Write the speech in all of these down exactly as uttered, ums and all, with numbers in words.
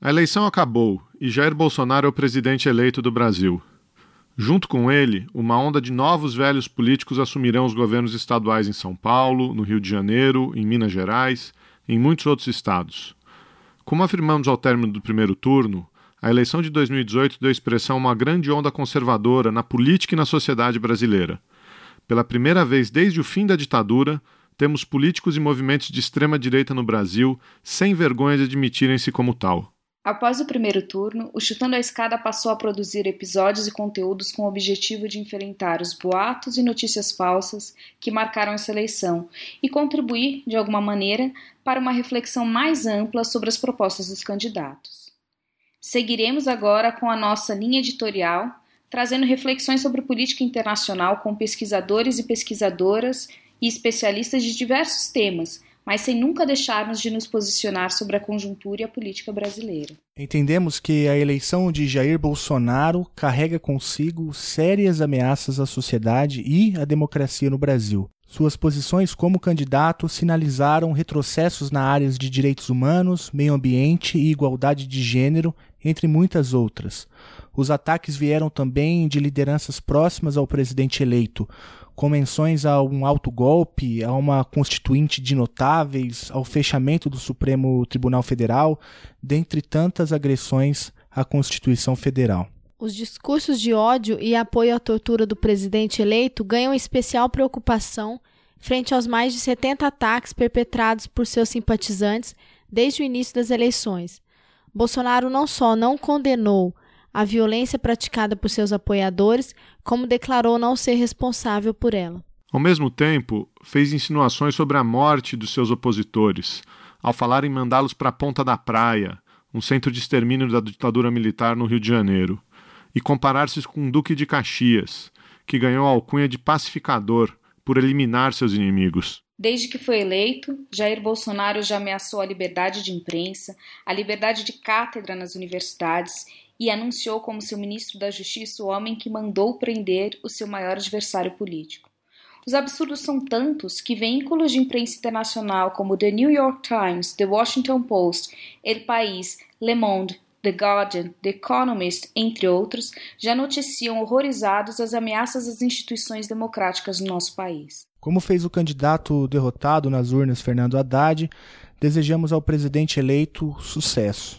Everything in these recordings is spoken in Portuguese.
A eleição acabou e Jair Bolsonaro é o presidente eleito do Brasil. Junto com ele, uma onda de novos velhos políticos assumirão os governos estaduais em São Paulo, no Rio de Janeiro, em Minas Gerais e em muitos outros estados. Como afirmamos ao término do primeiro turno, a eleição de dois mil e dezoito deu expressão a uma grande onda conservadora na política e na sociedade brasileira. Pela primeira vez desde o fim da ditadura, temos políticos e movimentos de extrema-direita no Brasil sem vergonha de admitirem-se como tal. Após o primeiro turno, o Chutando a Escada passou a produzir episódios e conteúdos com o objetivo de enfrentar os boatos e notícias falsas que marcaram essa eleição e contribuir, de alguma maneira, para uma reflexão mais ampla sobre as propostas dos candidatos. Seguiremos agora com a nossa linha editorial, trazendo reflexões sobre política internacional com pesquisadores e pesquisadoras e especialistas de diversos temas, mas sem nunca deixarmos de nos posicionar sobre a conjuntura e a política brasileira. Entendemos que a eleição de Jair Bolsonaro carrega consigo sérias ameaças à sociedade e à democracia no Brasil. Suas posições como candidato sinalizaram retrocessos nas áreas de direitos humanos, meio ambiente e igualdade de gênero, entre muitas outras. Os ataques vieram também de lideranças próximas ao presidente eleito, com menções a um autogolpe, a uma constituinte de notáveis, ao fechamento do Supremo Tribunal Federal, dentre tantas agressões à Constituição Federal. Os discursos de ódio e apoio à tortura do presidente eleito ganham especial preocupação frente aos mais de setenta ataques perpetrados por seus simpatizantes desde o início das eleições. Bolsonaro não só não condenou a violência praticada por seus apoiadores, como declarou não ser responsável por ela. Ao mesmo tempo, fez insinuações sobre a morte dos seus opositores, ao falar em mandá-los para a Ponta da Praia, um centro de extermínio da ditadura militar no Rio de Janeiro, e comparar-se com o Duque de Caxias, que ganhou a alcunha de pacificador por eliminar seus inimigos. Desde que foi eleito, Jair Bolsonaro já ameaçou a liberdade de imprensa, a liberdade de cátedra nas universidades e anunciou como seu ministro da Justiça o homem que mandou prender o seu maior adversário político. Os absurdos são tantos que veículos de imprensa internacional como The New York Times, The Washington Post, El País, Le Monde, The Guardian, The Economist, entre outros, já noticiam horrorizados as ameaças às instituições democráticas no nosso país. Como fez o candidato derrotado nas urnas Fernando Haddad, desejamos ao presidente eleito sucesso.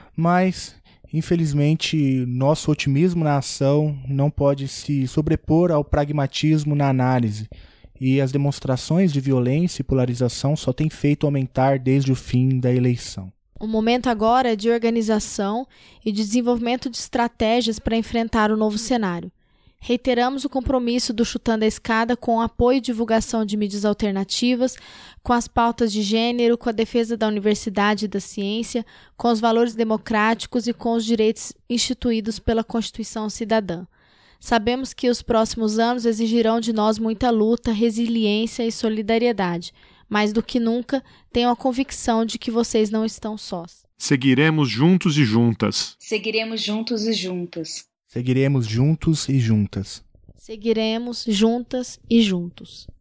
Mas, infelizmente, nosso otimismo na ação não pode se sobrepor ao pragmatismo na análise, e as demonstrações de violência e polarização só têm feito aumentar desde o fim da eleição. O momento agora é de organização e de desenvolvimento de estratégias para enfrentar o novo cenário. Reiteramos o compromisso do Chutando a Escada com o apoio e divulgação de mídias alternativas, com as pautas de gênero, com a defesa da universidade e da ciência, com os valores democráticos e com os direitos instituídos pela Constituição Cidadã. Sabemos que os próximos anos exigirão de nós muita luta, resiliência e solidariedade. Mais do que nunca, tenho a convicção de que vocês não estão sós. Seguiremos juntos e juntas. Seguiremos juntos e juntas. Seguiremos juntos e juntas. Seguiremos juntas e juntos.